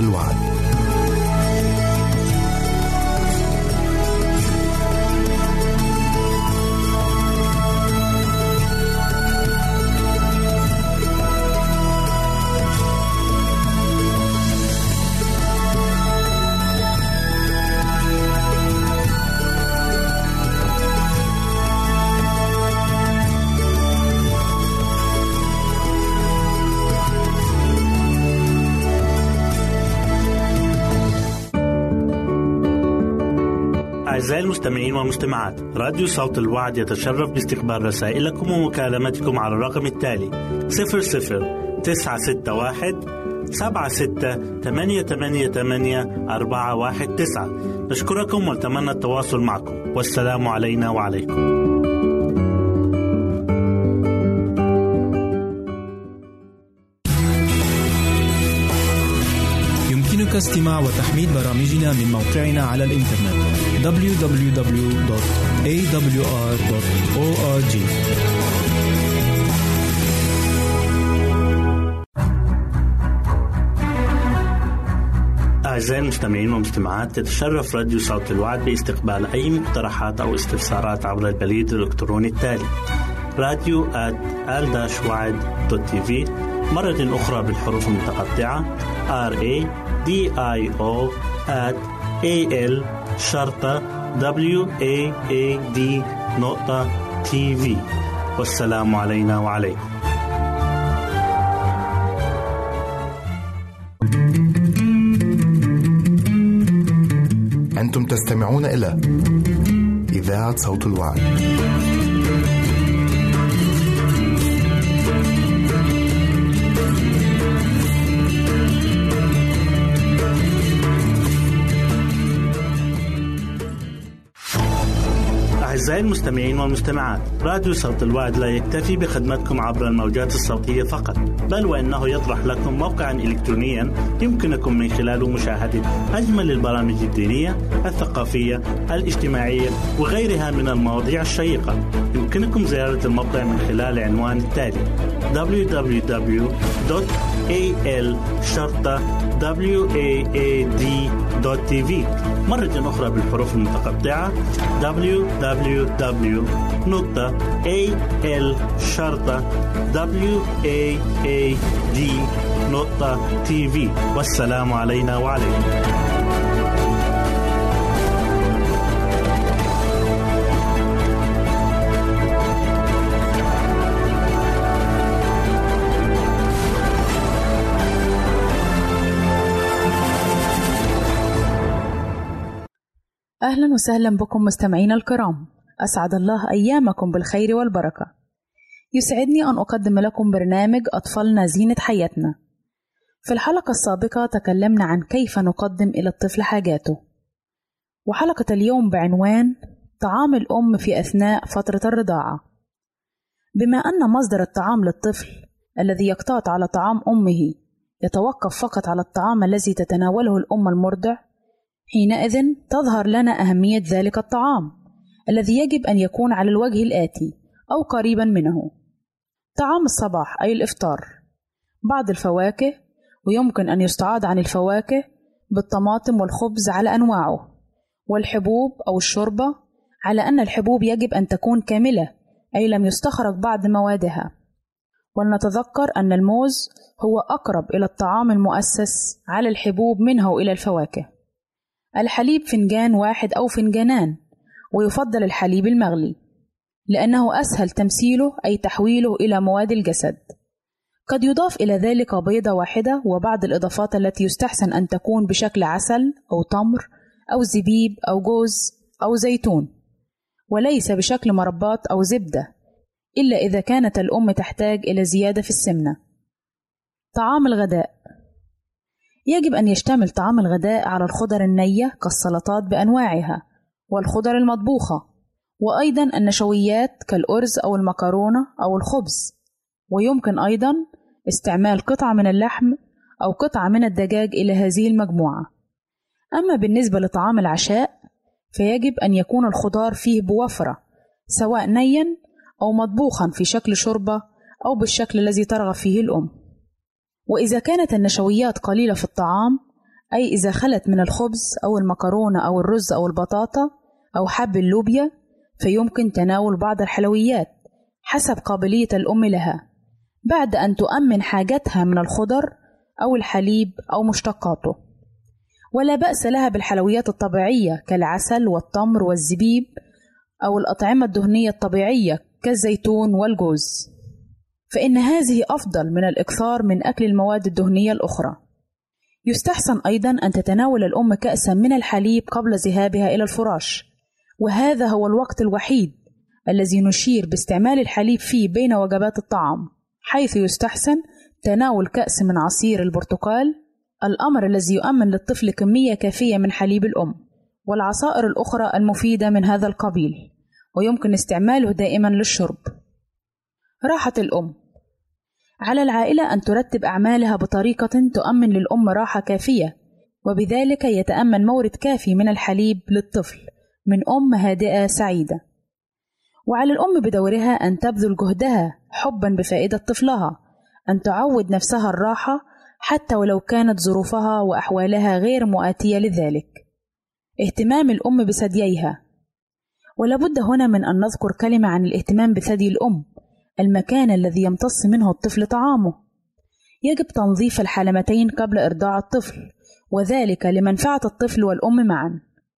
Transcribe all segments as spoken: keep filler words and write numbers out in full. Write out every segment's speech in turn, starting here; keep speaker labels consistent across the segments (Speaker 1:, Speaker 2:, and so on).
Speaker 1: الوعد.
Speaker 2: أعزائي المستمعين والمستمعات، راديو صوت الوعد يتشرف باستقبال رسائلكم ومكالمتكم على الرقم التالي صفر صفر تسعة ستة واحد سبعة ستة ثمانية ثمانية ثمانية أربعة واحد تسعة. نشكركم ونتمنى التواصل معكم، والسلام علينا وعليكم.
Speaker 3: يمكنك استماع وتحميل برامجنا من موقعنا على الإنترنت دبليو دبليو دبليو دوت إيه دبليو آر دوت أو آر جي.
Speaker 2: أعزائي المستمعين والمستمعات، تتشرف راديو صوت الوعد باستقبال أي مقترحات أو استفسارات عبر البريد الإلكتروني التالي راديو آت آل وعد دوت تي في، مرة أخرى بالحروف المتقطعة R A D I O at A L شرطة W A A D نقطة تي في. والسلام علينا وعليكم.
Speaker 1: أنتم تستمعون إلى إذاعة صوت الوعد.
Speaker 2: أعزائي المستمعين والمستمعات، راديو صوت الوعد لا يكتفي بخدمتكم عبر الموجات الصوتية فقط، بل وإنه يطرح لكم موقعا إلكترونيا يمكنكم من خلاله مشاهدة أجمل البرامج الدينية، الثقافية، الاجتماعية وغيرها من المواضيع الشيقة. يمكنكم زيارة الموقع من خلال عنوان التالي دبليو دبليو دبليو دوت إيه إل شرطة واد دوت تي في، مرة أخرى بالحروف المتقطعة دبليو دبليو دبليو دوت إيه إل شرطة واد دوت تي في. والسلام علينا وعليكم.
Speaker 4: أهلا وسهلا بكم مستمعين الكرام، أسعد الله أيامكم بالخير والبركة. يسعدني أن أقدم لكم برنامج أطفالنا زينة حياتنا. في الحلقة السابقة تكلمنا عن كيف نقدم إلى الطفل حاجاته، وحلقة اليوم بعنوان طعام الأم في أثناء فترة الرضاعة. بما أن مصدر الطعام للطفل الذي يقتات على طعام أمه يتوقف فقط على الطعام الذي تتناوله الأم المرضع، حينئذ تظهر لنا أهمية ذلك الطعام الذي يجب أن يكون على الوجه الآتي أو قريبا منه: طعام الصباح أي الإفطار، بعض الفواكه، ويمكن أن يستعاض عن الفواكه بالطماطم والخبز على أنواعه، والحبوب أو الشوربة، على أن الحبوب يجب أن تكون كاملة أي لم يستخرج بعض موادها. ولنتذكر أن الموز هو أقرب إلى الطعام المؤسس على الحبوب منه إلى الفواكه. الحليب فنجان واحد أو فنجانان، ويفضل الحليب المغلي لأنه أسهل تمثيله أي تحويله إلى مواد الجسد. قد يضاف إلى ذلك بيضة واحدة وبعض الإضافات التي يستحسن أن تكون بشكل عسل أو تمر أو زبيب أو جوز أو زيتون، وليس بشكل مربات أو زبدة إلا إذا كانت الأم تحتاج إلى زيادة في السمنة. طعام الغداء يجب أن يشتمل طعام الغداء على الخضر النية كالسلطات بأنواعها والخضر المطبوخة، وأيضا النشويات كالأرز أو المكرونة أو الخبز، ويمكن أيضا استعمال قطعة من اللحم أو قطعة من الدجاج إلى هذه المجموعة. أما بالنسبة لطعام العشاء فيجب أن يكون الخضار فيه بوفرة، سواء نيا أو مطبوخا في شكل شوربة أو بالشكل الذي ترغب فيه الأم. وإذا كانت النشويات قليلة في الطعام أي إذا خلت من الخبز أو المكرونة أو الرز أو البطاطا أو حب اللوبيا فيمكن تناول بعض الحلويات حسب قابلية الأم لها بعد أن تؤمن حاجتها من الخضر أو الحليب أو مشتقاته. ولا بأس لها بالحلويات الطبيعية كالعسل والتمر والزبيب أو الأطعمة الدهنية الطبيعية كالزيتون والجوز، فإن هذه أفضل من الإكثار من أكل المواد الدهنية الأخرى. يستحسن أيضا أن تتناول الأم كأسا من الحليب قبل ذهابها إلى الفراش، وهذا هو الوقت الوحيد الذي نشير باستعمال الحليب فيه بين وجبات الطعام، حيث يستحسن تناول كأس من عصير البرتقال، الأمر الذي يؤمن للطفل كمية كافية من حليب الأم، والعصائر الأخرى المفيدة من هذا القبيل، ويمكن استعماله دائما للشرب. راحة الأم: على العائلة أن ترتب أعمالها بطريقة تؤمن للأم راحة كافية، وبذلك يتأمن مورد كافي من الحليب للطفل من أم هادئة سعيدة. وعلى الأم بدورها أن تبذل جهدها حبا بفائدة طفلها، أن تعود نفسها الراحة حتى ولو كانت ظروفها وأحوالها غير مؤاتية لذلك. اهتمام الأم بثدييها: ولابد هنا من أن نذكر كلمة عن الاهتمام بثدي الأم، المكان الذي يمتص منه الطفل طعامه. يجب تنظيف الحلمتين قبل إرضاع الطفل، وذلك لمنفعة الطفل والأم معا،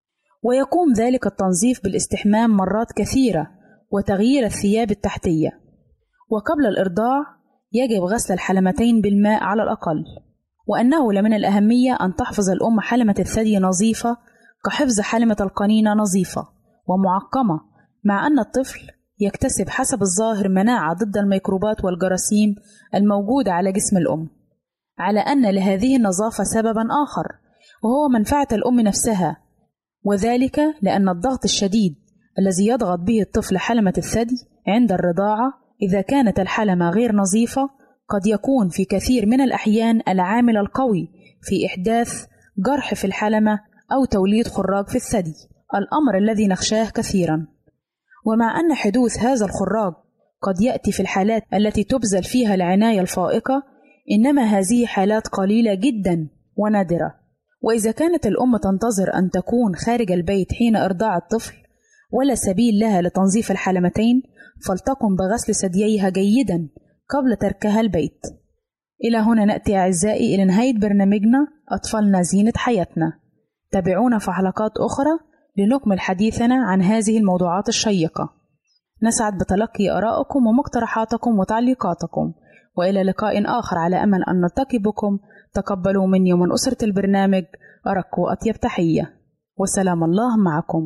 Speaker 4: ويقوم ذلك التنظيف بالاستحمام مرات كثيرة وتغيير الثياب التحتية. وقبل الإرضاع يجب غسل الحلمتين بالماء على الأقل، وأنه لمن الأهمية أن تحفظ الأم حلمة الثدي نظيفة كحفظ حلمة القنينة نظيفة ومعقمة، مع أن الطفل يكتسب حسب الظاهر مناعة ضد الميكروبات والجراثيم الموجودة على جسم الأم، على أن لهذه النظافة سببا آخر وهو منفعة الأم نفسها، وذلك لأن الضغط الشديد الذي يضغط به الطفل حلمة الثدي عند الرضاعة إذا كانت الحلمة غير نظيفة قد يكون في كثير من الأحيان العامل القوي في إحداث جرح في الحلمة أو توليد خراج في الثدي، الأمر الذي نخشاه كثيرا. ومع أن حدوث هذا الخراج قد يأتي في الحالات التي تبذل فيها العناية الفائقة، إنما هذه حالات قليلة جدا ونادرة. وإذا كانت الأم تنتظر أن تكون خارج البيت حين إرضاع الطفل ولا سبيل لها لتنظيف الحلمتين، فلتقم بغسل ثدييها جيدا قبل تركها البيت. إلى هنا نأتي أعزائي إلى نهاية برنامجنا أطفالنا زينة حياتنا. تابعونا في حلقات أخرى لنكمل حديثنا عن هذه الموضوعات الشيقة. نسعد بتلقي آرائكم ومقترحاتكم وتعليقاتكم، وإلى لقاء آخر على أمل أن نلتقي بكم. تقبلوا مني ومن أسرة البرنامج أرق وأطيب تحية، وسلام الله معكم.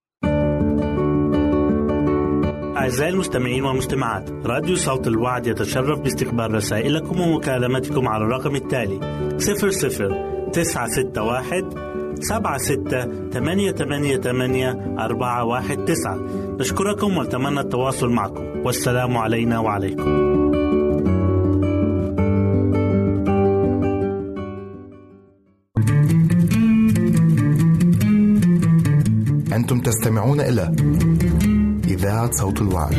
Speaker 2: أعزائي المستمعين والمستمعات، راديو صوت الوعد يتشرف باستقبال رسائلكم ومكالمتكم على الرقم التالي صفر صفر تسعة ستة واحد سبعة ستة ثمانية ثمانية ثمانية أربعة واحد تسعة. نشكركم ونتمنى التواصل معكم، والسلام علينا وعليكم.
Speaker 1: أنتم تستمعون إلى إذاعة صوت الوعد.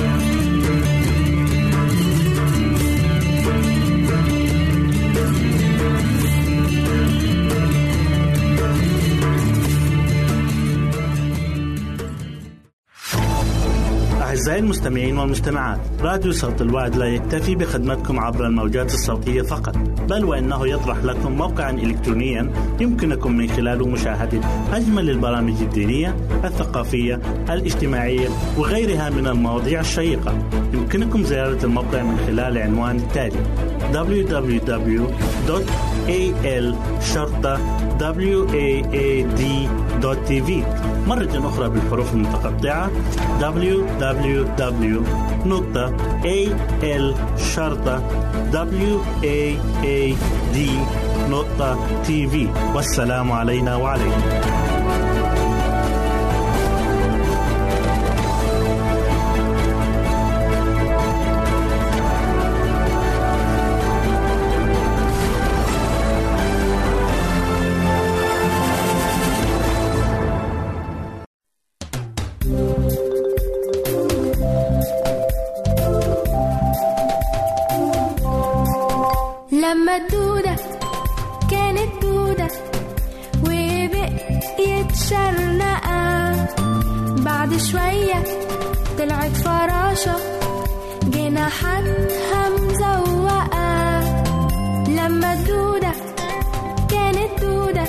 Speaker 2: أعزائي المستمعين والمستمعات، راديو صوت الوعد لا يكتفي بخدمتكم عبر الموجات الصوتية فقط، بل وإنه يطرح لكم موقعا إلكترونيا يمكنكم من خلاله مشاهدة أجمل البرامج الدينية، الثقافية، الاجتماعية وغيرها من المواضيع الشيقة. يمكنكم زيارة الموقع من خلال العنوان التالي دبليو دبليو دبليو دوت إيه إل شرطة واد دوت تي في. مرة أخرى بالحروف المتقطعة دبليو دبليو دبليو دوت إيه إل شرطة واد دوت تي في. والسلام علينا وعليكم.
Speaker 5: لما الدودة كانت دودة الشرنقة. بعد شوية طلعت فراشة جناحاتها مزوقة. لما الدودة كانت دودة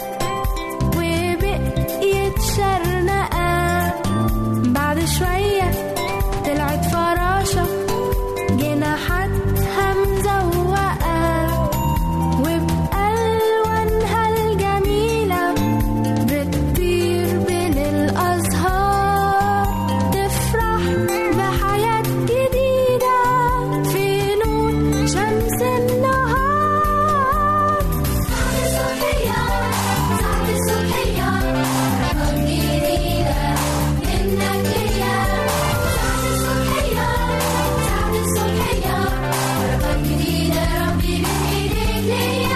Speaker 5: وبقيت شرنقة. بعد شوية طلعت فراشة جناحاتها مزوقة وبألوانها الجميلة بتطير بين الأزهار. تفرح بحياة جديدة في نور شمس النهار. ساعة الصبحية ساعة الصبحية رقم جديدة منك ليا. ساعة الصبحية ساعة الصبحية رقم جديدة ربي من إيديك ليا.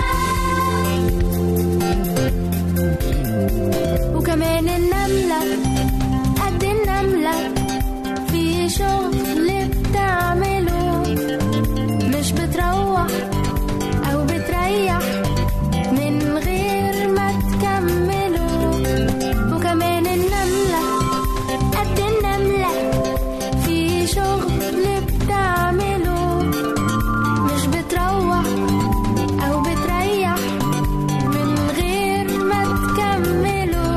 Speaker 5: وكمان النملة قد النملة في شغل بتعمله. مش بتروح أو بتريح من غير ما تكمله. وكمان النملة قد النملة في شغل بتعمله. مش بتروح أو بتريح من غير ما تكمله.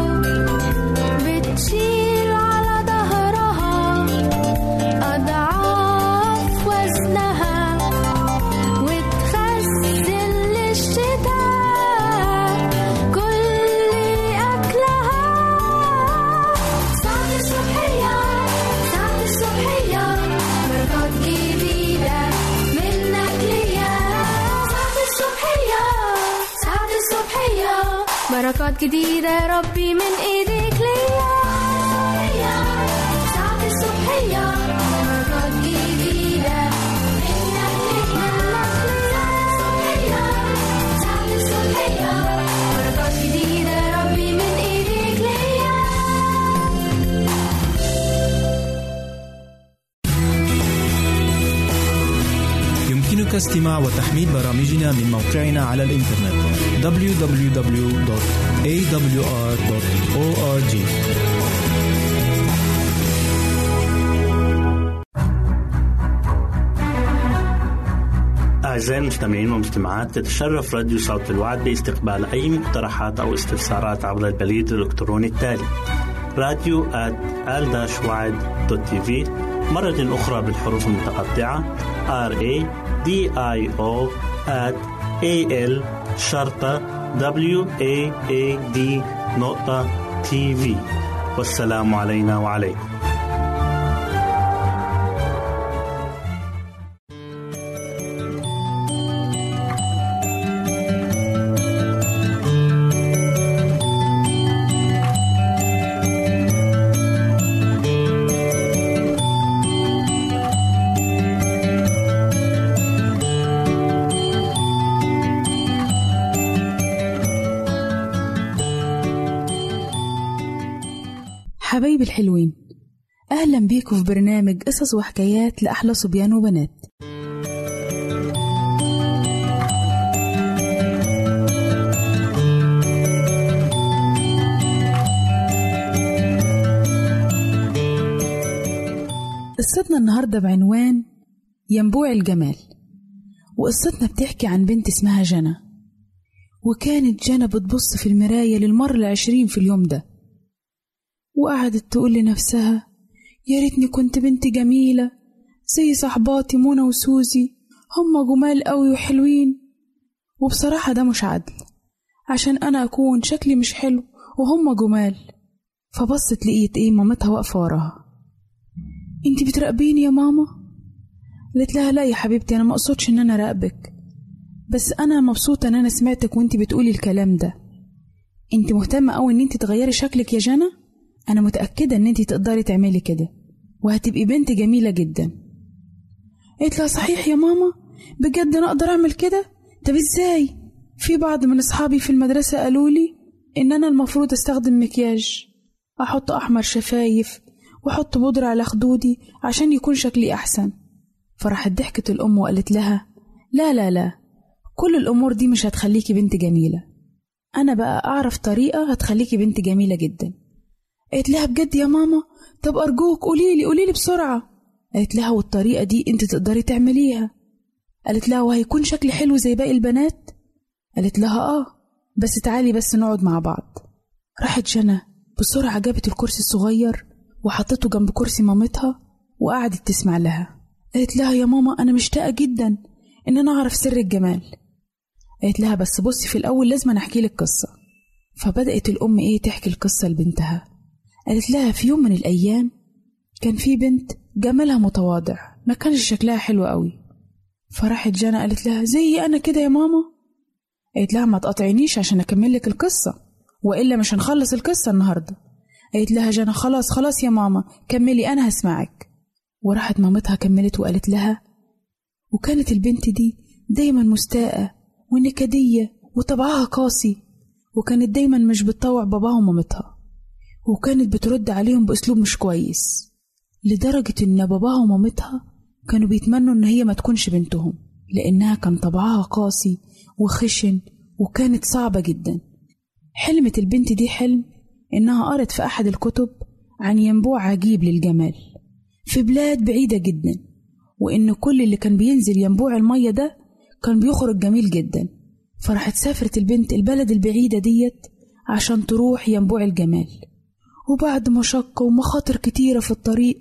Speaker 5: بتشيل على ظهرها أضعاف وزنها وتخزن للشتاء كل أكلها. ساعة الصبحية ساعة الصبحية بركات جديدة منك ليا. ساعة الصبحية ساعة الصبحية بركات جديدة ربي من إيديك ليا. ساعة الصبحية بركات جديدة منك ليا. ساعة الصبحية بركات جديدة ربي من إيديك ليا.
Speaker 3: يمكنك استماع وتحميل برامجنا من موقعنا على الإنترنت دبليو دبليو دبليو دوت إيه دبليو آر دوت أو آر جي.
Speaker 2: أعزائي المستمعين والمستمعات، تتشرف راديو صوت الوعد باستقبال أي مقترحات أو استفسارات عبر البريد الإلكتروني التالي راديو آت آل وعد دوت تي في، مرة أخرى بالحروف المتقطعة راديو آت آل شرطة واد نقطة تي في. والسلام علينا وعليكم.
Speaker 4: حبايبي الحلوين، أهلا بيكم في برنامج قصص وحكايات لأحلى صبيان وبنات. قصتنا النهاردة بعنوان ينبوع الجمال، وقصتنا بتحكي عن بنت اسمها جنى. وكانت جنى بتبص في المراية للمرة العشرين في اليوم ده، وقعدت تقول لنفسها يا ريتني كنت بنت جميلة زي صحباتي منى وسوزي، هما جمال قوي وحلوين. وبصراحة ده مش عدل، عشان أنا أكون شكلي مش حلو وهما جمال. فبصت لقيت إيه مامتها واقفة وراها. انتي بتراقبيني يا ماما؟ قالت لها لا يا حبيبتي، أنا ما أقصدش إن أنا راقبك، بس أنا مبسوطة إن أنا سمعتك وانتي بتقولي الكلام ده. انتي مهتمة أوي إن انتي تغيري شكلك يا جنى؟ أنا متأكدة إن انتي تقدري تعملي كده وهتبقي بنت جميلة جدا. قالت لها صحيح يا ماما؟ بجد أنا أقدر أعمل كده؟ طب إزاي؟ في بعض من أصحابي في المدرسة قالولي إن أنا المفروض أستخدم مكياج، أحط أحمر شفايف وأحط بودرة على خدودي عشان يكون شكلي أحسن. فراحت ضحكت الأم وقالت لها لا لا لا، كل الأمور دي مش هتخليكي بنت جميلة، أنا بقى أعرف طريقة هتخليكي بنت جميلة جدا. قالت لها بجد يا ماما؟ طب أرجوك قوليلي قوليلي بسرعة. قالت لها والطريقة دي انت تقدري تعمليها. قالت لها وهيكون شكلي حلو زي باقي البنات؟ قالت لها اه بس تعالي بس نقعد مع بعض. راحت جنى بسرعة جابت الكرسي الصغير وحطته جنب كرسي مامتها وقعدت تسمع لها. قالت لها يا ماما أنا مشتاقة جدا إن أنا أعرف سر الجمال. قالت لها بس بصي في الأول لازم أحكي لك قصة. فبدأت الأم إيه تحكي القصة لبنتها. قالت لها في يوم من الأيام كان في بنت جمالها متواضع ما كانش شكلها حلو قوي. فراحت جنى قالت لها زي أنا كده يا ماما؟ قالت لها ما تقاطعينيش عشان أكمل لك القصة وإلا مش هنخلص القصة النهاردة. قالت لها جنى خلاص خلاص يا ماما كملي أنا هسمعك. وراحت مامتها كملت وقالت لها وكانت البنت دي دايما مستاءة ونكدية وطبعها قاسي، وكانت دايما مش بتطوع باباها ومامتها، وكانت بترد عليهم بأسلوب مش كويس، لدرجة إن باباها ومامتها كانوا بيتمنوا إن هي ما تكونش بنتهم لأنها كان طبعها قاسي وخشن وكانت صعبة جدا. حلمت البنت دي حلم إنها قرت في أحد الكتب عن ينبوع عجيب للجمال في بلاد بعيدة جدا، وإن كل اللي كان بينزل ينبوع المية ده كان بيخرج جميل جدا. فراحت سافرت البنت البلد البعيدة ديت عشان تروح ينبوع الجمال، وبعد مشقة ومخاطر كتيرة في الطريق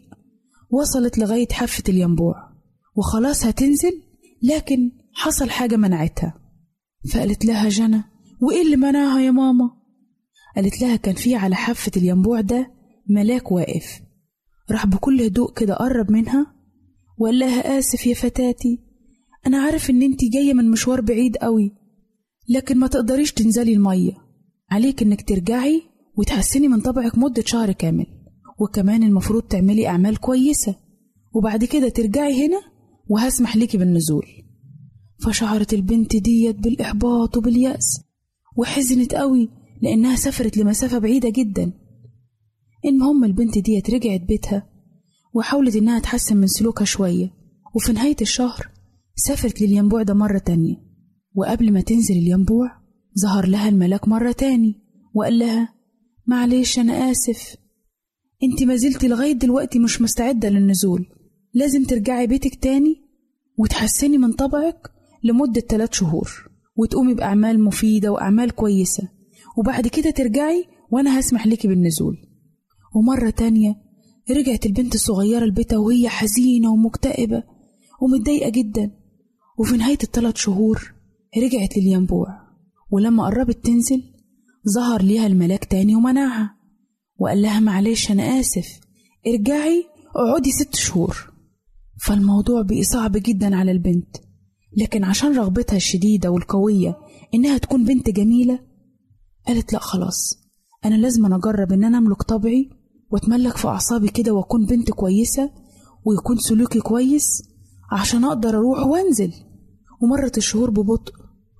Speaker 4: وصلت لغاية حافة الينبوع وخلاص هتنزل، لكن حصل حاجة منعتها. فقالت لها جنى وإيه اللي منعها يا ماما؟ قالت لها كان في على حافة الينبوع ده ملاك واقف، راح بكل هدوء كده قرب منها وقال لها آسف يا فتاتي، أنا عارف إن انتي جاية من مشوار بعيد قوي، لكن ما تقدريش تنزلي المية، عليك إنك ترجعي وتحسني من طبعك مدة شهر كامل، وكمان المفروض تعملي أعمال كويسة، وبعد كده ترجعي هنا وهسمح ليكي بالنزول. فشعرت البنت ديت بالإحباط وباليأس وحزنت قوي لأنها سافرت لمسافة بعيدة جدا. المهم البنت ديت رجعت بيتها وحاولت إنها تحسن من سلوكها شوية، وفي نهاية الشهر سافرت للينبوع ده مرة تانية، وقبل ما تنزل الينبوع ظهر لها الملاك مرة تاني وقال لها معلش أنا آسف، انت ما زلتي لغاية دلوقتي مش مستعدة للنزول، لازم ترجعي بيتك تاني وتحسني من طبعك لمدة ثلاث شهور وتقومي بأعمال مفيدة وأعمال كويسة، وبعد كده ترجعي وأنا هسمح لك بالنزول. ومرة تانية رجعت البنت الصغيرة لبيتها وهي حزينة ومكتئبة ومتضايقة جدا، وفي نهاية الثلاث شهور رجعت للينبوع، ولما قربت تنزل ظهر ليها الملاك تاني ومنعها وقال لها معلش أنا آسف، ارجعي اقعدي ست شهور. فالموضوع بقى صعب جدا على البنت، لكن عشان رغبتها الشديدة والقوية إنها تكون بنت جميلة قالت لأ خلاص أنا لازم أجرب إن أنا أملك طبعي وأتملك في أعصابي كده وأكون بنت كويسة ويكون سلوكي كويس عشان أقدر أروح وأنزل. ومرت الشهور ببطء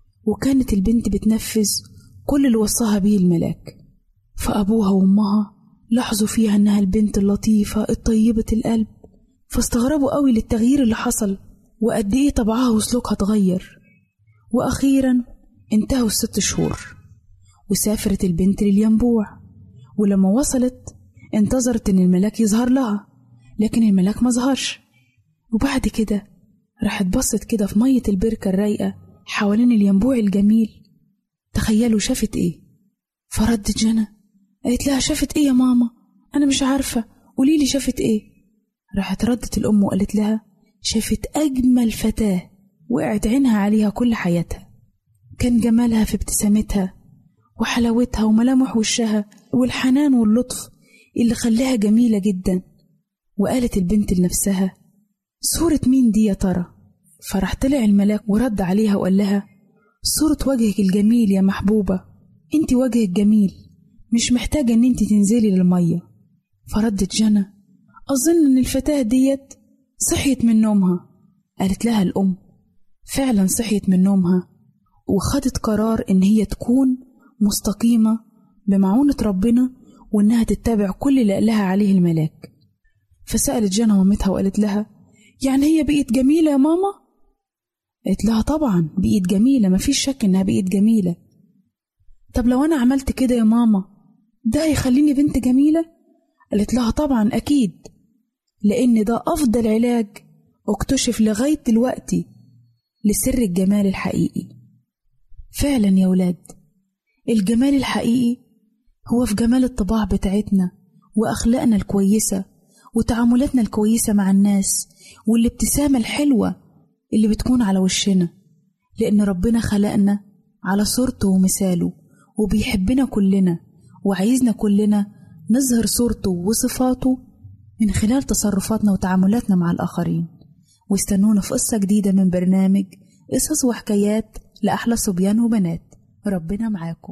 Speaker 4: وكانت البنت بتنفذ كل اللي وصاها بيه الملاك. فأبوها وأمها لاحظوا فيها إنها البنت اللطيفة الطيبة القلب، فاستغربوا قوي للتغيير اللي حصل وقد إيه طبعها وسلوكها اتغير. وأخيرا انتهوا الست شهور وسافرت البنت للينبوع، ولما وصلت انتظرت إن الملاك يظهر لها، لكن الملاك ما ظهرش. وبعد كده راحت بصت كده في مية البركة الرايقة حوالين الينبوع الجميل. تخيلوا شافت إيه؟ فردت جنى قالت لها شافت إيه يا ماما؟ أنا مش عارفة، قوليلي شافت إيه؟ راحت ردت الأم وقالت لها شافت أجمل فتاة وقعت عينها عليها كل حياتها، كان جمالها في ابتسامتها وحلاوتها وملامح وشها والحنان واللطف اللي خلاها جميلة جدا. وقالت البنت لنفسها صورة مين دي يا ترى؟ فراح طلع الملاك ورد عليها وقال لها صورة وجهك الجميل يا محبوبة، انت وجهك جميل مش محتاجة ان انت تنزلي للمية. فردت جنى أظن ان الفتاة ديت صحيت من نومها. قالت لها الأم فعلا صحيت من نومها وخدت قرار ان هي تكون مستقيمة بمعونة ربنا وانها تتبع كل اللي قالها عليه الملاك. فسألت جنى مامتها وقالت لها يعني هي بقيت جميلة يا ماما؟ قالت لها طبعا بقيت جميلة، مفيش شك انها بقيت جميلة. طب لو انا عملت كده يا ماما ده هيخليني بنت جميلة قالت لها طبعا أكيد، لأن ده أفضل علاج اكتشف لغاية دلوقتي لسر الجمال الحقيقي. فعلا يا ولاد، الجمال الحقيقي هو في جمال الطباع بتاعتنا وأخلاقنا الكويسة وتعاملاتنا الكويسة مع الناس والابتسامة الحلوة اللي بتكون على وشنا، لأن ربنا خلقنا على صورته ومثاله وبيحبنا كلنا وعايزنا كلنا نظهر صورته وصفاته من خلال تصرفاتنا وتعاملاتنا مع الآخرين. واستنونا في قصة جديدة من برنامج قصص وحكايات لأحلى صبيان وبنات. ربنا معاكم.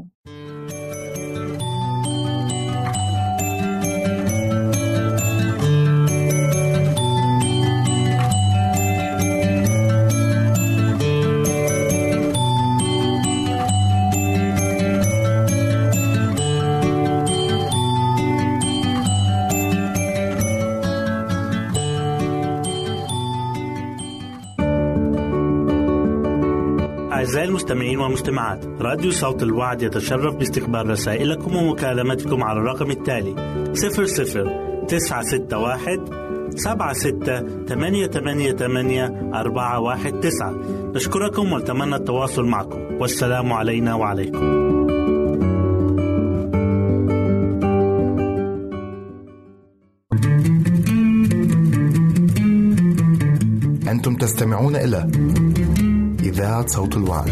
Speaker 2: أعزائي المستمعين والمستمعات، راديو صوت الوعد يتشرف باستقبال رسائلكم ومكالمتكم على الرقم التالي صفر صفر تسعة ستة واحد سبعة ستة ثمانية ثمانية ثمانية أربعة واحد تسعة. نشكركم ونتمنى التواصل معكم، والسلام علينا وعليكم.
Speaker 1: أنتم تستمعون إلى إذاعة صوت الوعد.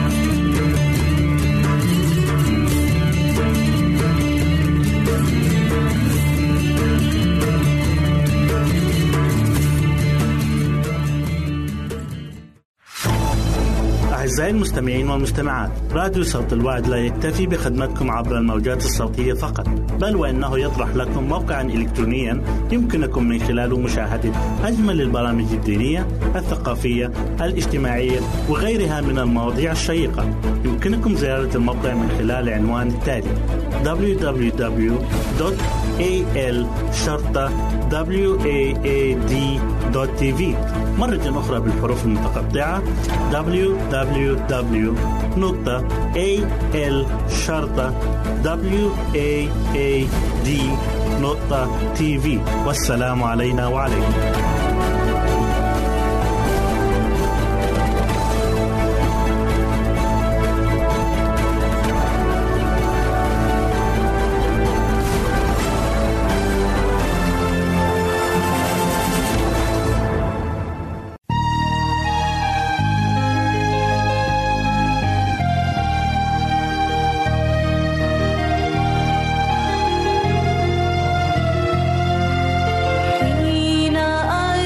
Speaker 2: أعزائي المستمعين والمستمعات، راديو صوت الوعد لا يكتفي بخدمتكم عبر الموجات الصوتية فقط، بل وإنه يطرح لكم موقعا إلكترونيا يمكنكم من خلاله مشاهدة أجمل البرامج الدينية، الثقافية، الاجتماعية وغيرها من المواضيع الشيقة. يمكنكم زيارة الموقع من خلال العنوان التالي دبليو دبليو دبليو دوت إيه إل شرطة واد دوت تي في. مرة أخرى بالحروف المتقطعة دبليو دبليو دبليو دوت إيه إل شرطة واد دوت تي في. والسلام علينا وعليكم.
Speaker 5: حين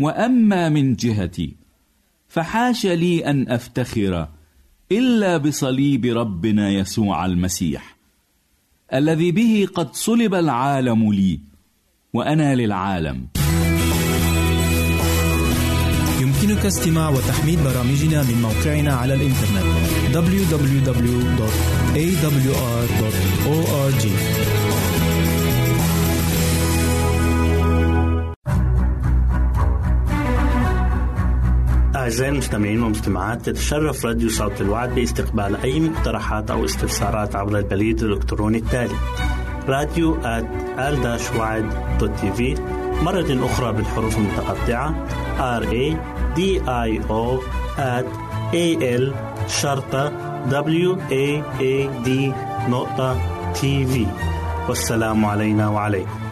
Speaker 6: وأما من جهتي فحاش لي أن أفتخر إلا بصليب ربنا يسوع المسيح، الذي به قد صلب العالم لي وأنا للعالم.
Speaker 3: يمكنك استماع وتحميل برامجنا من موقعنا على الإنترنت دبليو دبليو دبليو دوت إيه دبليو آر دوت أو آر جي.
Speaker 2: أعزائي المستمعين والمستمعات، تتشرف راديو صوت الوعد باستقبال أي مقترحات أو استفسارات عبر البريد الإلكتروني التالي راديو آت آل وعد دوت تي في، مرة أخرى بالحروف المتقطعة R A D I O at A L شرطة W A A D نقطة تي في. والسلام علينا وعليكم.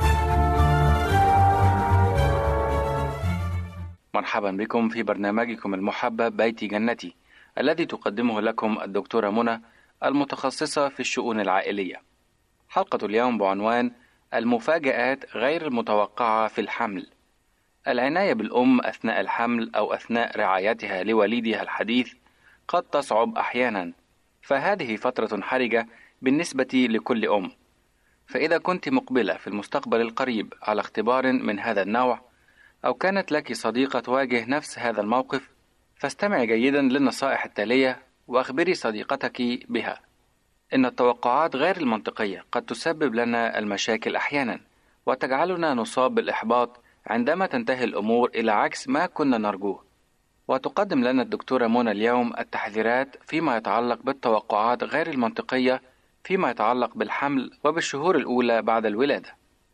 Speaker 7: مرحبا بكم في برنامجكم المحبب بيتي جنتي، الذي تقدمه لكم الدكتورة منى المتخصصة في الشؤون العائلية. حلقة اليوم بعنوان المفاجآت غير المتوقعة في الحمل. العناية بالأم أثناء الحمل أو أثناء رعايتها لوليدها الحديث قد تصعب أحيانا، فهذه فترة حرجة بالنسبة لكل أم. فإذا كنت مقبلة في المستقبل القريب على اختبار من هذا النوع، أو كانت لك صديقة تواجه نفس هذا الموقف، فاستمعي جيدا للنصائح التالية وأخبري صديقتك بها. إن التوقعات غير المنطقية قد تسبب لنا المشاكل أحيانا، وتجعلنا نصاب بالإحباط عندما تنتهي الأمور إلى عكس ما كنا نرجوه. وتقدم لنا الدكتورة منى اليوم التحذيرات فيما يتعلق بالتوقعات غير المنطقية فيما يتعلق بالحمل وبالشهور الأولى بعد الولادة.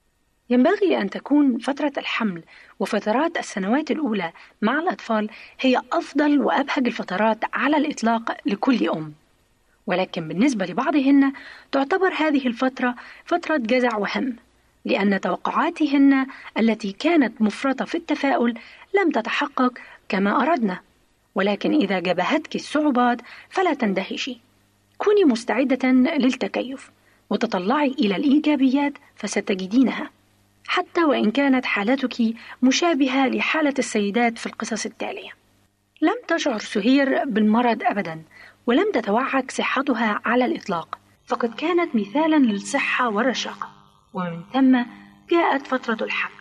Speaker 8: ينبغي أن تكون فترة الحمل وفترات السنوات الأولى مع الأطفال هي أفضل وأبهج الفترات على الإطلاق لكل أم، ولكن بالنسبة لبعضهن تعتبر هذه الفترة فترة جزع وهم، لأن توقعاتهن التي كانت مفرطة في التفاؤل لم تتحقق كما أردنا. ولكن إذا جابهتك الصعوبات فلا تندهشي، كوني مستعدة للتكيف وتطلعي إلى الإيجابيات فستجدينها، حتى وإن كانت حالتك مشابهة لحالة السيدات في القصص التالية. لم تشعر سهير بالمرض أبدا، ولم تتوعك صحتها على الإطلاق، فقد كانت مثالا للصحة والرشاقة. ومن ثم جاءت فترة الحمل،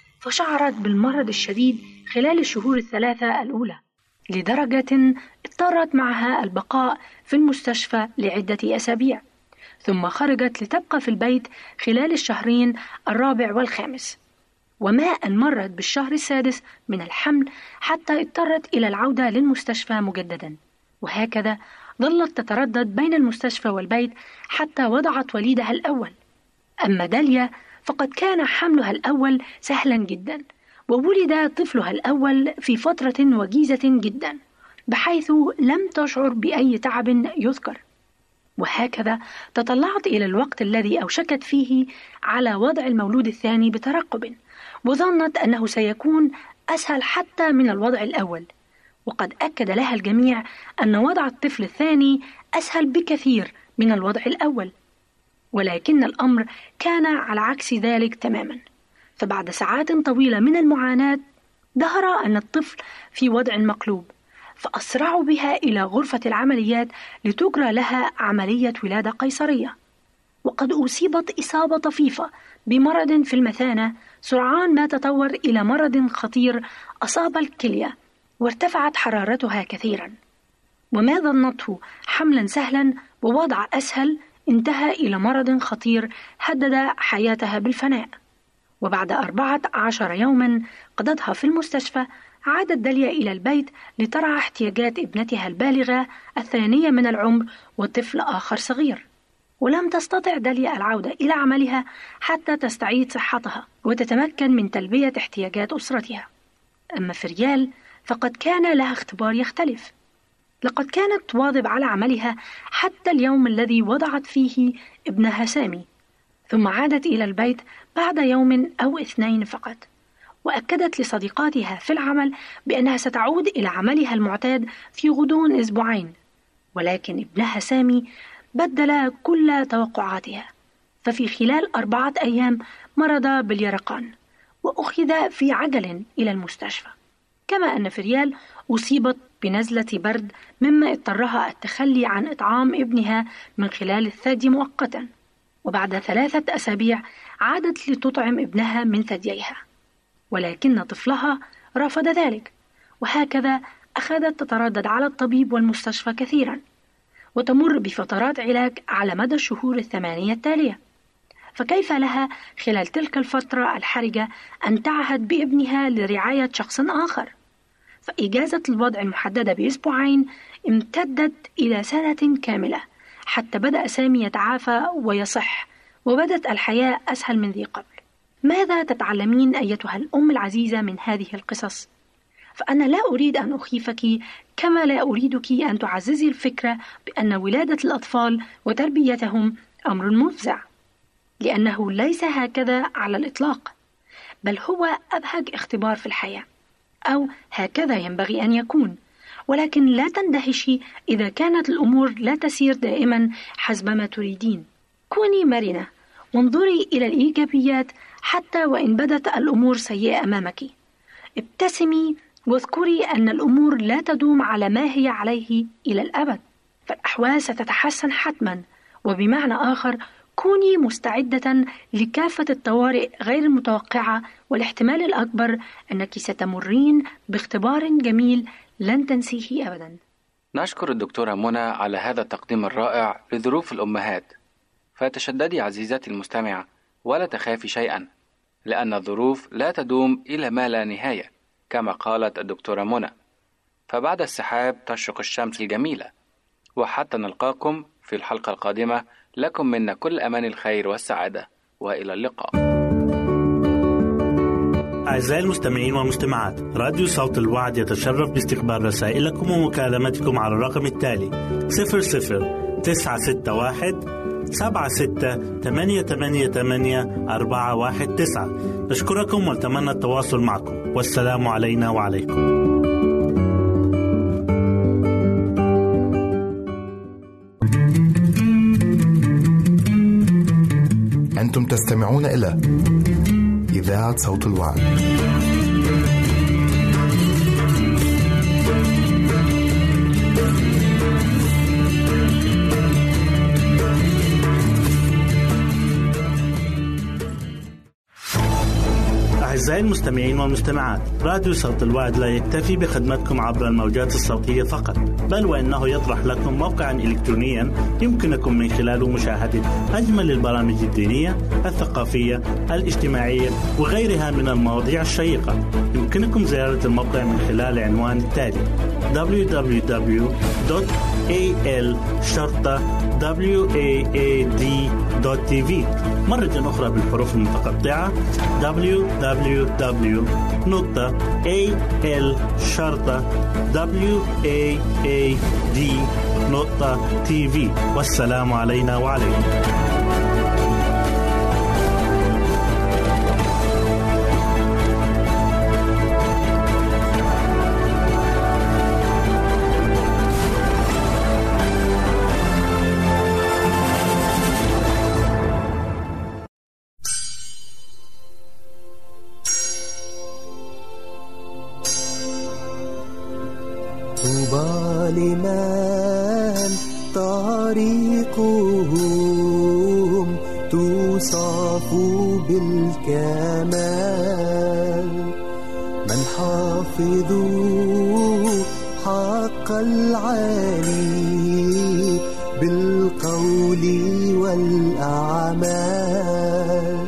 Speaker 8: فشعرت بالمرض الشديد خلال الشهور الثلاثة الأولى، لدرجة اضطرت معها البقاء في المستشفى لعدة أسابيع، ثم خرجت لتبقى في البيت خلال الشهرين الرابع والخامس، وما أن مرت بالشهر السادس من الحمل حتى اضطرت إلى العودة للمستشفى مجددا. وهكذا ظلت تتردد بين المستشفى والبيت حتى وضعت وليدها الأول. أما داليا فقد كان حملها الأول سهلا جدا، وولد طفلها الأول في فترة وجيزة جدا، بحيث لم تشعر بأي تعب يذكر. وهكذا تطلعت إلى الوقت الذي أوشكت فيه على وضع المولود الثاني بترقب، وظنت أنه سيكون أسهل حتى من الوضع الأول. وقد أكد لها الجميع أن وضع الطفل الثاني أسهل بكثير من الوضع الأول، ولكن الأمر كان على عكس ذلك تماما. فبعد ساعات طويلة من المعاناة ظهر أن الطفل في وضع مقلوب، فأسرعوا بها إلى غرفة العمليات لتجرى لها عملية ولادة قيصرية. وقد أصيبت إصابة طفيفة بمرض في المثانة سرعان ما تطور إلى مرض خطير أصاب الكلية، وارتفعت حرارتها كثيرا. وما ظنته حملا سهلا ووضع أسهل انتهى إلى مرض خطير هدد حياتها بالفناء. وبعد أربعة عشر يوما قضتها في المستشفى، عادت داليا إلى البيت لترعى احتياجات ابنتها البالغة الثانية من العمر وطفل آخر صغير. ولم تستطع داليا العودة إلى عملها حتى تستعيد صحتها وتتمكن من تلبية احتياجات أسرتها. أما في ريال فقد كان لها اختبار يختلف. لقد كانت تواظب على عملها حتى اليوم الذي وضعت فيه ابنها سامي، ثم عادت إلى البيت بعد يوم أو اثنين فقط، وأكدت لصديقاتها في العمل بأنها ستعود إلى عملها المعتاد في غضون أسبوعين. ولكن ابنها سامي بدل كل توقعاتها، ففي خلال أربعة أيام مرض باليرقان، وأخذ في عجل إلى المستشفى. كما أن فريال أصيبت بنزلة برد مما اضطرها التخلي عن إطعام ابنها من خلال الثدي مؤقتا، وبعد ثلاثة أسابيع عادت لتطعم ابنها من ثدييها، ولكن طفلها رفض ذلك، وهكذا أخذت تتردد على الطبيب والمستشفى كثيرا، وتمر بفترات علاج على مدى الشهور الثمانية التالية. فكيف لها خلال تلك الفترة الحرجة أن تعهد بابنها لرعاية شخص آخر؟ فإجازة الوضع المحددة بأسبوعين امتدت إلى سنة كاملة حتى بدأ سامي يتعافى ويصح، وبدت الحياة أسهل من ذي قبل. ماذا تتعلمين أيتها الأم العزيزة من هذه القصص؟ فأنا لا أريد أن أخيفك، كما لا أريدك أن تعززي الفكرة بأن ولادة الأطفال وتربيتهم أمر مفزع، لأنه ليس هكذا على الإطلاق، بل هو أبهج اختبار في الحياة، أو هكذا ينبغي أن يكون. ولكن لا تندهشي إذا كانت الأمور لا تسير دائما حسب ما تريدين. كوني مرنة وانظري إلى الإيجابيات حتى وإن بدت الأمور سيئة أمامك. ابتسمي واذكري أن الأمور لا تدوم على ما هي عليه إلى الأبد، فالأحوال ستتحسن حتما. وبمعنى آخر، كوني مستعدة لكافة الطوارئ غير المتوقعة، والاحتمال الأكبر أنك ستمرين باختبار جميل لن تنسيه أبدا.
Speaker 7: نشكر الدكتورة منى على هذا التقديم الرائع لظروف الأمهات. فتشددي عزيزتي المستمعة ولا تخافي شيئا، لأن الظروف لا تدوم إلى ما لا نهاية كما قالت الدكتورة منى. فبعد السحاب تشرق الشمس الجميلة. وحتى نلقاكم في الحلقة القادمة، لكم منا كل أمان الخير والسعادة، وإلى اللقاء.
Speaker 2: أعزائي المستمعين والمستمعات، راديو صوت الوعد يتشرف باستقبال رسائلكم ومكالمتكم على الرقم التالي صفر صفر تسعة ستة واحد سبعة ستة ثمانية ثمانية ثمانية أربعة واحد تسعة. نشكركم ونتمنى التواصل معكم، والسلام علينا وعليكم.
Speaker 1: أنتم تستمعون إلى إذاعة صوت الوعد.
Speaker 2: أعزائي المستمعين والمستمعات، راديو صوت الوعد لا يكتفي بخدمتكم عبر الموجات الصوتية فقط، بل وإنه يطرح لكم موقعا إلكترونيا يمكنكم من خلاله مشاهدة أجمل البرامج الدينية، الثقافية، الاجتماعية وغيرها من المواضيع الشيقة. يمكنكم زيارة الموقع من خلال العنوان التالي دبليو دبليو دبليو دوت إيه إل شرطة واد دوت تي في. مرة أخرى بالحروف المتقطعة دبليو دبليو دبليو دوت إيه إل شرطة واد دوت تي في. والسلام علينا وعليكم.
Speaker 9: طوبى لمن طريقهم توصف بالكمال، من حافظوا حق العالي بالقول والأعمال،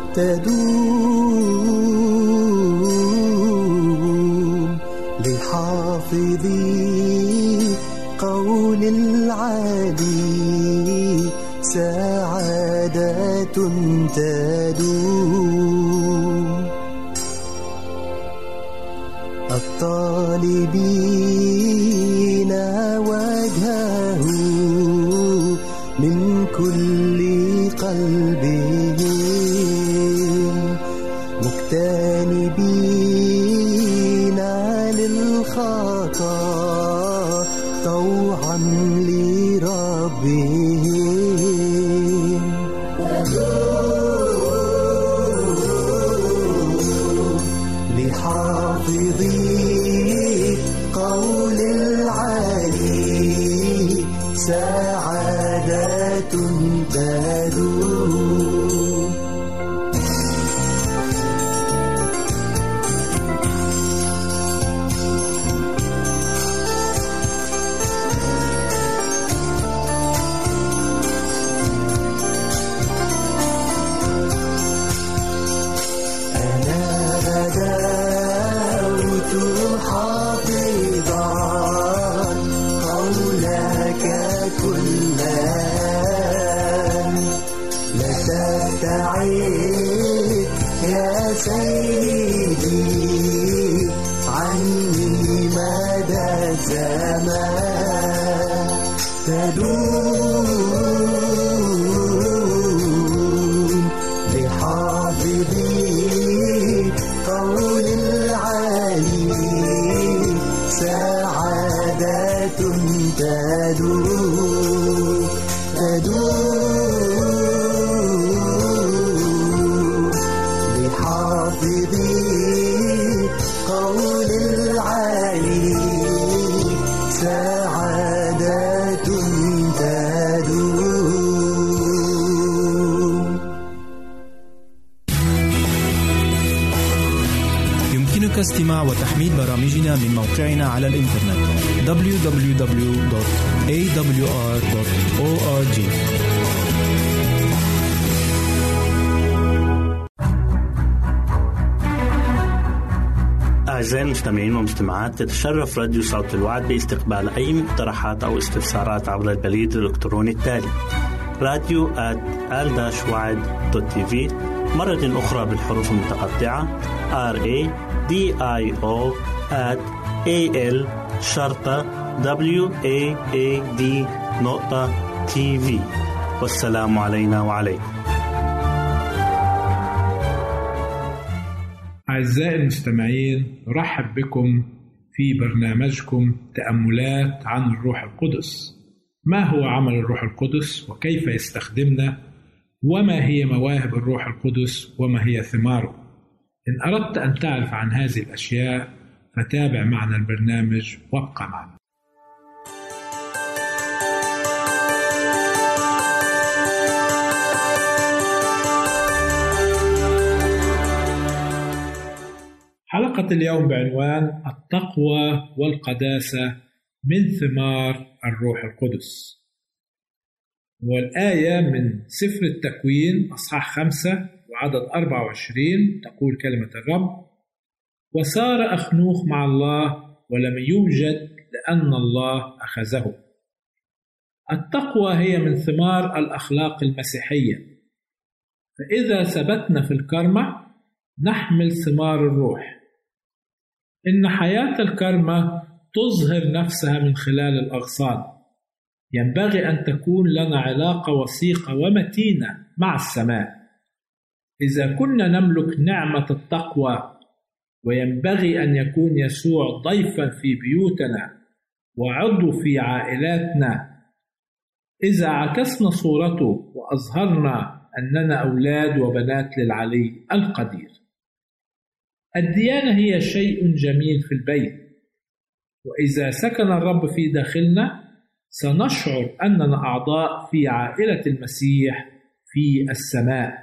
Speaker 9: تدوم لحافظي قول العالي سعادة تدوم. الطالبين وجهه من كل قلبهم، مجتنبين للخطا طوعا لربهم، لحافظين تبتعد يا سيدي عني مدى الزمان، تدوم بحافظي قول العالي، سعادة تدوم تدوم بحافظي قول العالي، سعادة تدوم.
Speaker 3: يمكنك استماع وتحميل برامجنا من موقعنا على الإنترنت دبليو دبليو دبليو دوت إيه دبليو آر دوت أو آر جي.
Speaker 2: أعزائي المستمعين والمستمعات، تتشرف راديو صوت الوعد باستقبال أي مقترحات أو استفسارات عبر البريد الإلكتروني التالي راديو آت آل وعد دوت تي في، مرة أخرى بالحروف المتقطعة R A D I O at A L شرطة W A A D نقطة تي في. والسلام علينا وعليكم.
Speaker 10: أعزائي المستمعين، نرحب بكم في برنامجكم تأملات عن الروح القدس. ما هو عمل الروح القدس وكيف يستخدمنا، وما هي مواهب الروح القدس وما هي ثماره؟ إن أردت أن تعرف عن هذه الأشياء فتابع معنا البرنامج وابقى معنا. حلقة اليوم بعنوان التقوى والقداسة من ثمار الروح القدس، والآية من سفر التكوين أصحاح خمسة وعدد أربعة وعشرين تقول كلمة الرب: وسار أخنوخ مع الله ولم يوجد لأن الله أخذه. التقوى هي من ثمار الأخلاق المسيحية، فإذا ثبتنا في الكرمة نحمل ثمار الروح. إن حياة الكرمة تظهر نفسها من خلال الأغصان. ينبغي أن تكون لنا علاقة وثيقة ومتينة مع السماء. إذا كنا نملك نعمة التقوى، وينبغي أن يكون يسوع ضيفا في بيوتنا وعضو في عائلاتنا، إذا عكسنا صورته وأظهرنا أننا أولاد وبنات للعلي القدير. الديانة هي شيء جميل في البيت، وإذا سكن الرب في داخلنا سنشعر أننا أعضاء في عائلة المسيح في السماء،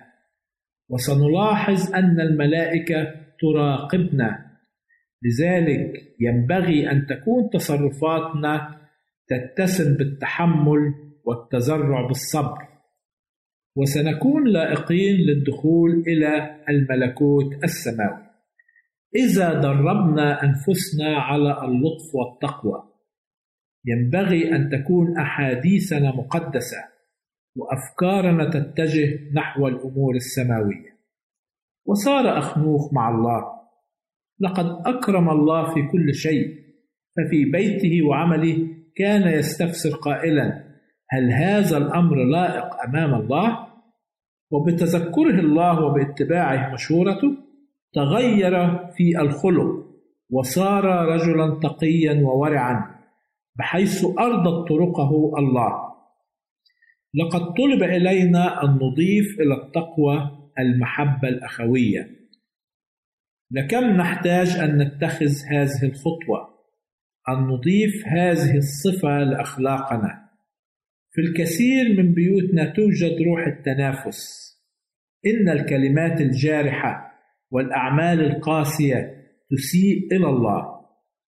Speaker 10: وسنلاحظ أن الملائكة تراقبنا. لذلك ينبغي أن تكون تصرفاتنا تتسم بالتحمل والتزرع بالصبر، وسنكون لائقين للدخول إلى الملكوت السماوي إذا دربنا أنفسنا على اللطف والتقوى. ينبغي أن تكون أحاديثنا مقدسة وأفكارنا تتجه نحو الأمور السماوية. وصار أخنوخ مع الله. لقد أكرم الله في كل شيء، ففي بيته وعمله كان يستفسر قائلا: هل هذا الأمر لائق أمام الله؟ وبتذكره الله وباتباعه مشورته تغير في الخلق، وصار رجلا تقيا وورعا، بحيث أرضت طرقه الله. لقد طلب إلينا أن نضيف إلى التقوى المحبة الأخوية. لكم نحتاج أن نتخذ هذه الخطوة، أن نضيف هذه الصفة لأخلاقنا. في الكثير من بيوتنا توجد روح التنافس. إن الكلمات الجارحة والأعمال القاسية تسيء إلى الله،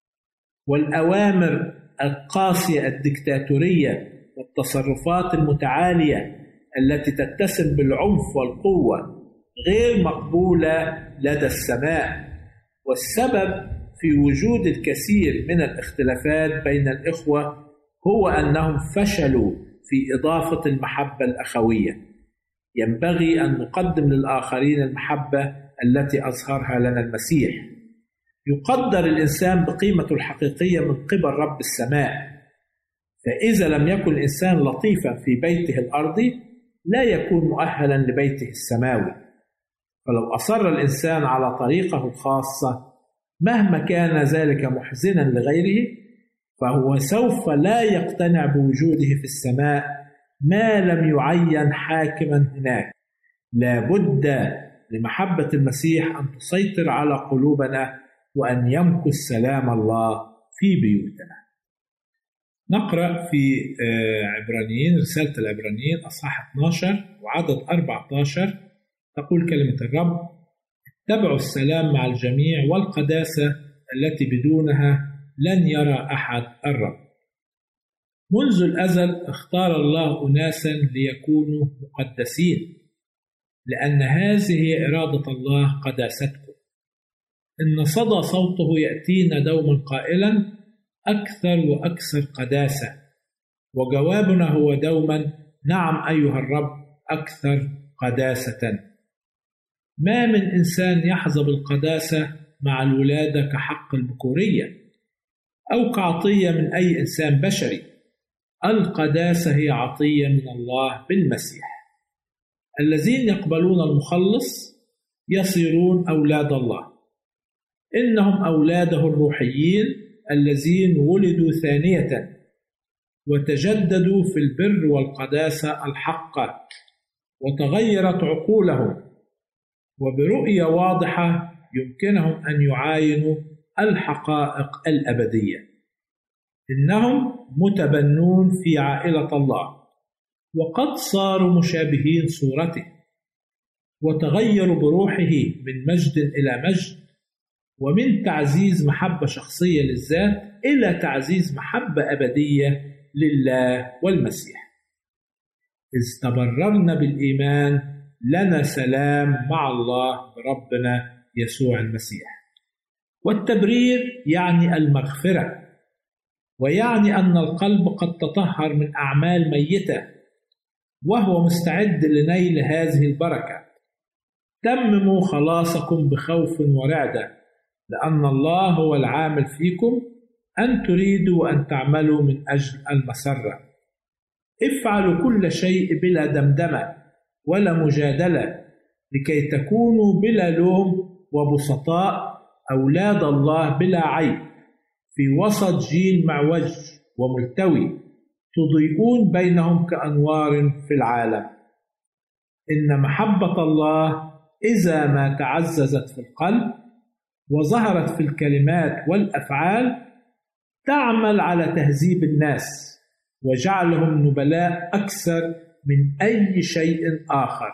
Speaker 10: والأوامر القاسية الدكتاتورية والتصرفات المتعالية التي تتسم بالعنف والقوة غير مقبولة لدى السماء. والسبب في وجود الكثير من الاختلافات بين الإخوة هو أنهم فشلوا في إضافة المحبة الأخوية. ينبغي أن نقدم للآخرين المحبة التي أظهرها لنا المسيح. يقدر الإنسان بقيمته الحقيقية من قبل رب السماء، فإذا لم يكن الإنسان لطيفا في بيته الأرضي لا يكون مؤهلا لبيته السماوي. فلو أصر الإنسان على طريقه الخاصة مهما كان ذلك محزنا لغيره فهو سوف لا يقتنع بوجوده في السماء ما لم يعين حاكما هناك. لا بد لمحبة المسيح أن تسيطر على قلوبنا وأن يمكث سلام الله في بيوتنا. نقرأ في عبرانيين، رسالة العبرانيين أصحاح اثني عشر وعدد أربعة عشر، تقول كلمة الرب: اتبعوا السلام مع الجميع والقداسة التي بدونها لن يرى أحد الرب. منذ الأزل اختار الله أناسا ليكونوا مقدسين، لأن هذه هي إرادة الله قداستكم. إن صدى صوته يأتينا دوما قائلا: أكثر وأكثر قداسة، وجوابنا هو دوما: نعم أيها الرب، أكثر قداسة. ما من إنسان يحظى بالقداسة مع الولادة كحق البكورية أو كعطية من أي إنسان بشري. القداسة هي عطية من الله بالمسيح. الذين يقبلون المخلص يصيرون أولاد الله، إنهم أولاده الروحيين الذين ولدوا ثانية وتجددوا في البر والقداسة الحقة، وتغيرت عقولهم، وبرؤية واضحة يمكنهم أن يعاينوا الحقائق الأبدية. إنهم متبنون في عائلة الله، وقد صاروا مشابهين صورته، وتغيروا بروحه من مجد إلى مجد، ومن تعزيز محبة شخصية للذات إلى تعزيز محبة أبدية لله والمسيح. إذ تبررنا بالإيمان لنا سلام مع الله بربنا يسوع المسيح. والتبرير يعني المغفرة، ويعني أن القلب قد تطهر من أعمال ميتة وهو مستعد لنيل هذه البركة. تمموا خلاصكم بخوف ورعدة، لأن الله هو العامل فيكم أن تريدوا وأن تعملوا من أجل المسرة. افعلوا كل شيء بلا دمدمة ولا مجادلة، لكي تكونوا بلا لوم وبسطاء أولاد الله بلا عيب في وسط جيل معوج وملتوي، تضيئون بينهم كأنوار في العالم. إن محبة الله إذا ما تعززت في القلب وظهرت في الكلمات والأفعال تعمل على تهذيب الناس وجعلهم نبلاء أكثر من أي شيء آخر.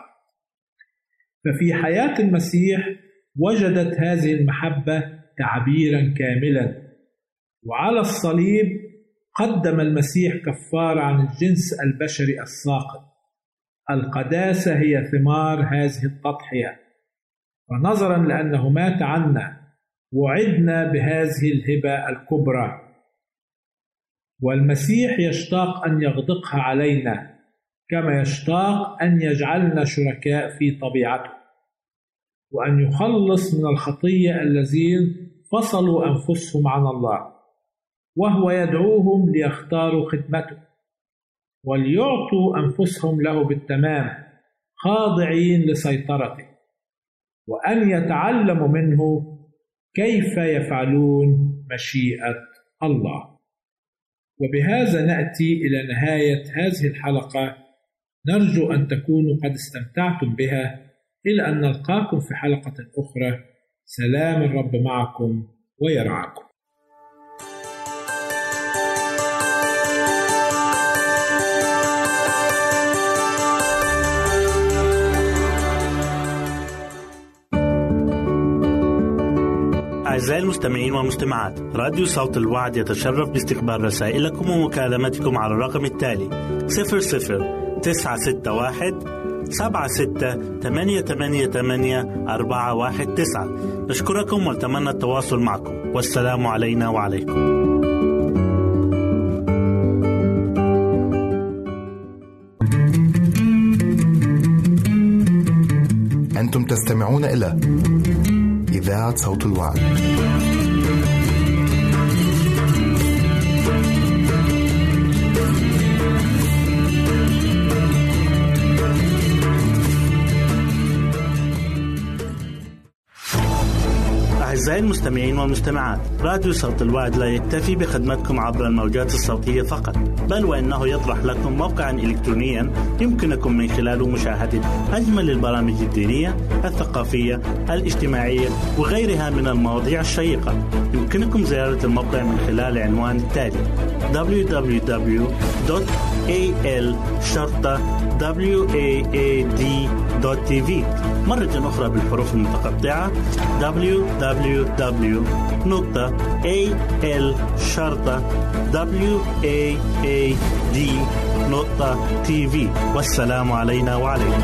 Speaker 10: ففي حياة المسيح وجدت هذه المحبة تعبيرا كاملا، وعلى الصليب قدم المسيح كفارة عن الجنس البشري الساقط. القداسة هي ثمار هذه التضحية، ونظرا لأنه مات عنا وعدنا بهذه الهبة الكبرى، والمسيح يشتاق أن يغدقها علينا كما يشتاق أن يجعلنا شركاء في طبيعته، وأن يخلص من الخطية الذين فصلوا أنفسهم عن الله، وهو يدعوهم ليختاروا خدمته وليعطوا أنفسهم له بالتمام خاضعين لسيطرته، وأن يتعلموا منه كيف يفعلون مشيئة الله. وبهذا نأتي إلى نهاية هذه الحلقة. نرجو أن تكونوا قد استمتعتم بها. إلى أن نلقاكم في حلقة أخرى. سلام الرب معكم ويرعاكم.
Speaker 2: أعزائي المستمعين والمستمعات، راديو صوت الوعد يتشرف باستقبال رسائلكم ومكالمتكم على الرقم التالي صفر صفر تسعة ستة واحد سبعة ستة ثمانية ثمانية ثمانية أربعة واحد تسعة. نشكركم ونتمنى التواصل معكم، والسلام علينا وعليكم.
Speaker 1: أنتم تستمعون إلى إذاعة صوت الوعد.
Speaker 2: أعزائي المستمعين والمستمعات، راديو صوت الوعد لا يكتفي بخدمتكم عبر الموجات الصوتية فقط، بل وإنه يطرح لكم موقعا إلكترونيا يمكنكم من خلاله مشاهدة أجمل البرامج الدينية، الثقافية، الاجتماعية وغيرها من المواضيع الشيقة. يمكنكم زيارة الموقع من خلال العنوان التالي دبليو دبليو دبليو دوت إيه إل شرطة واد دوت تي في. مرة أخرى بالحروف المتقطعة دبليو دبليو دبليو دوت إيه إل شرطة واد دوت تي في. والسلام علينا وعليكم.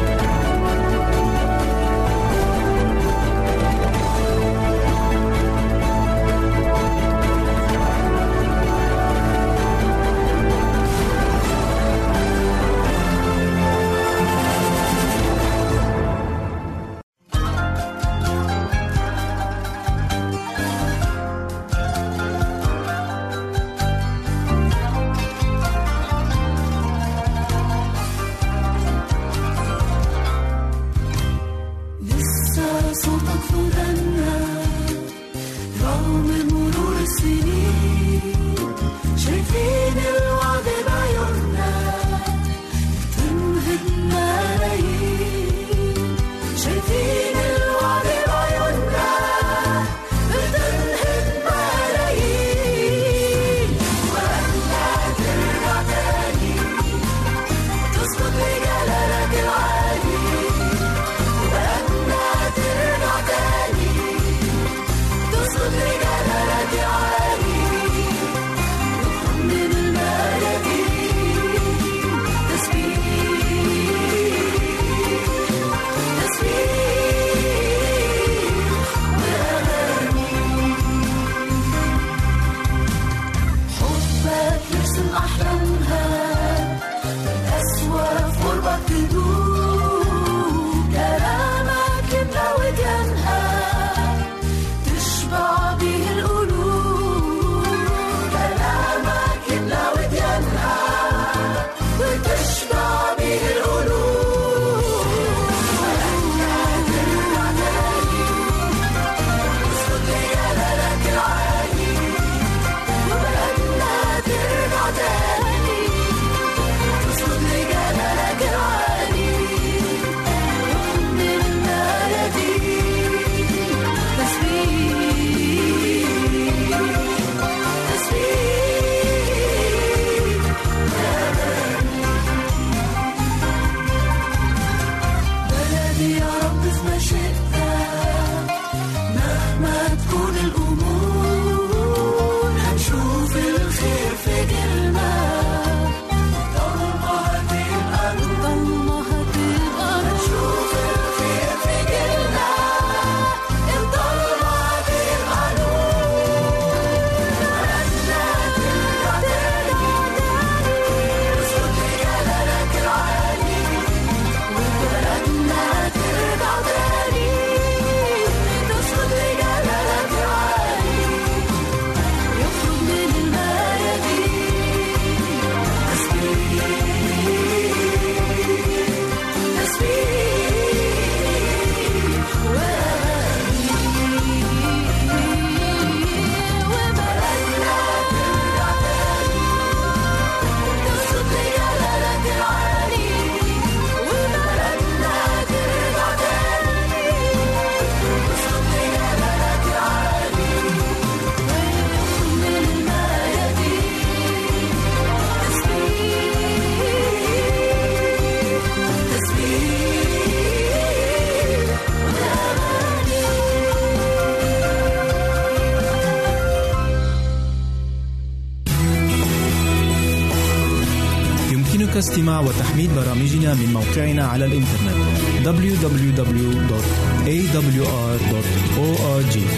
Speaker 3: استماع وتحميل برامجنا من موقعنا على الإنترنت دبليو دبليو دبليو دوت إيه دبليو آر دوت أو آر جي.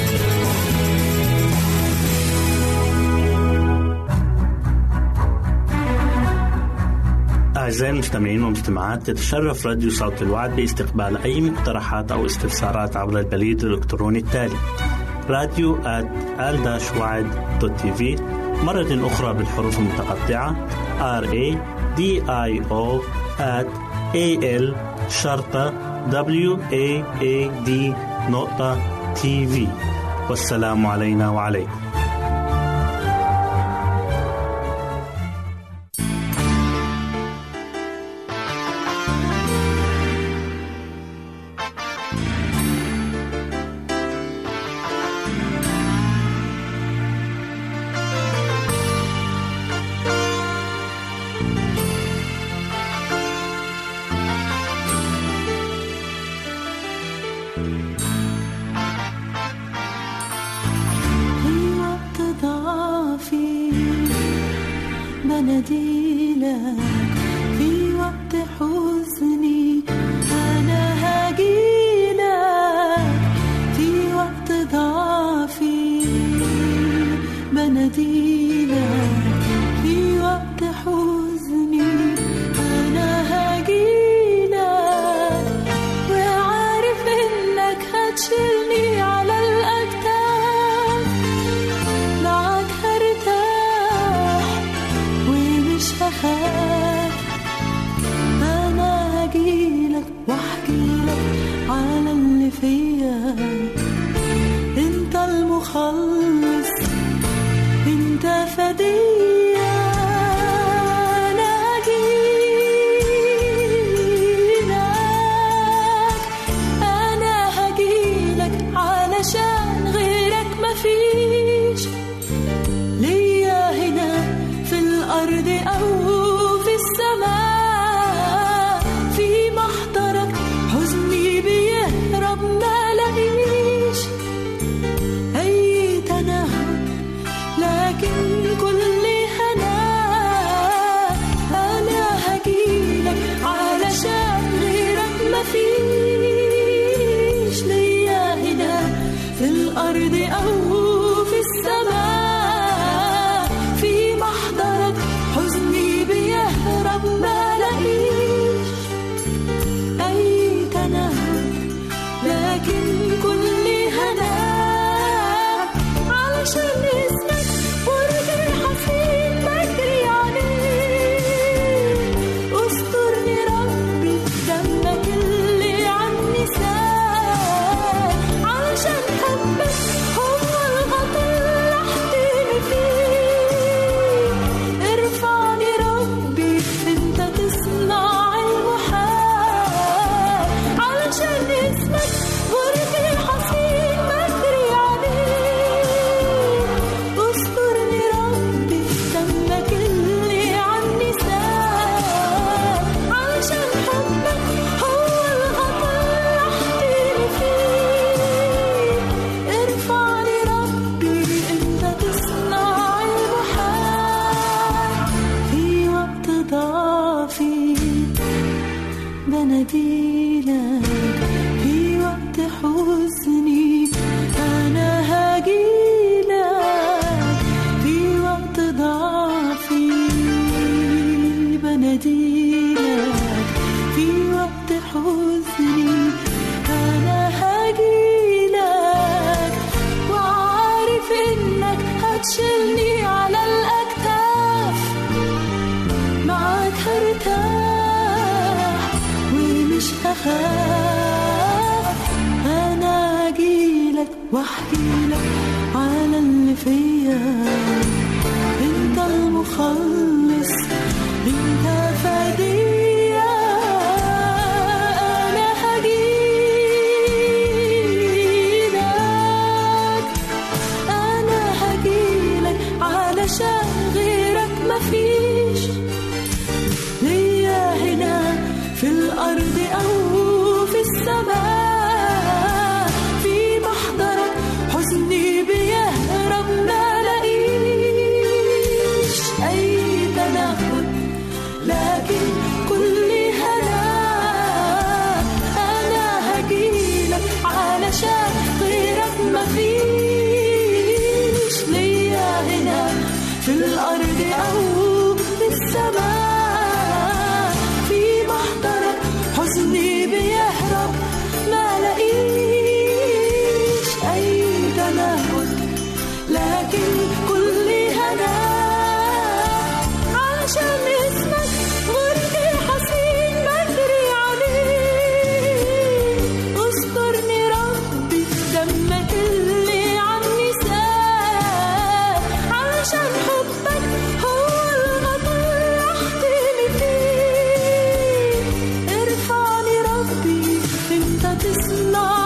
Speaker 2: أعزائي المستمعين والمستمعات، تتشرف راديو صوت الوعد باستقبال أي مقترحات أو استفسارات عبر البريد الإلكتروني التالي راديو آت آل وعد دوت تي في، مرة أخرى بالحروف المتقطعة radio at al شرطة wad نقطة tv. والسلام علينا وعليكم.
Speaker 5: في الأرض أو في السماء اسمع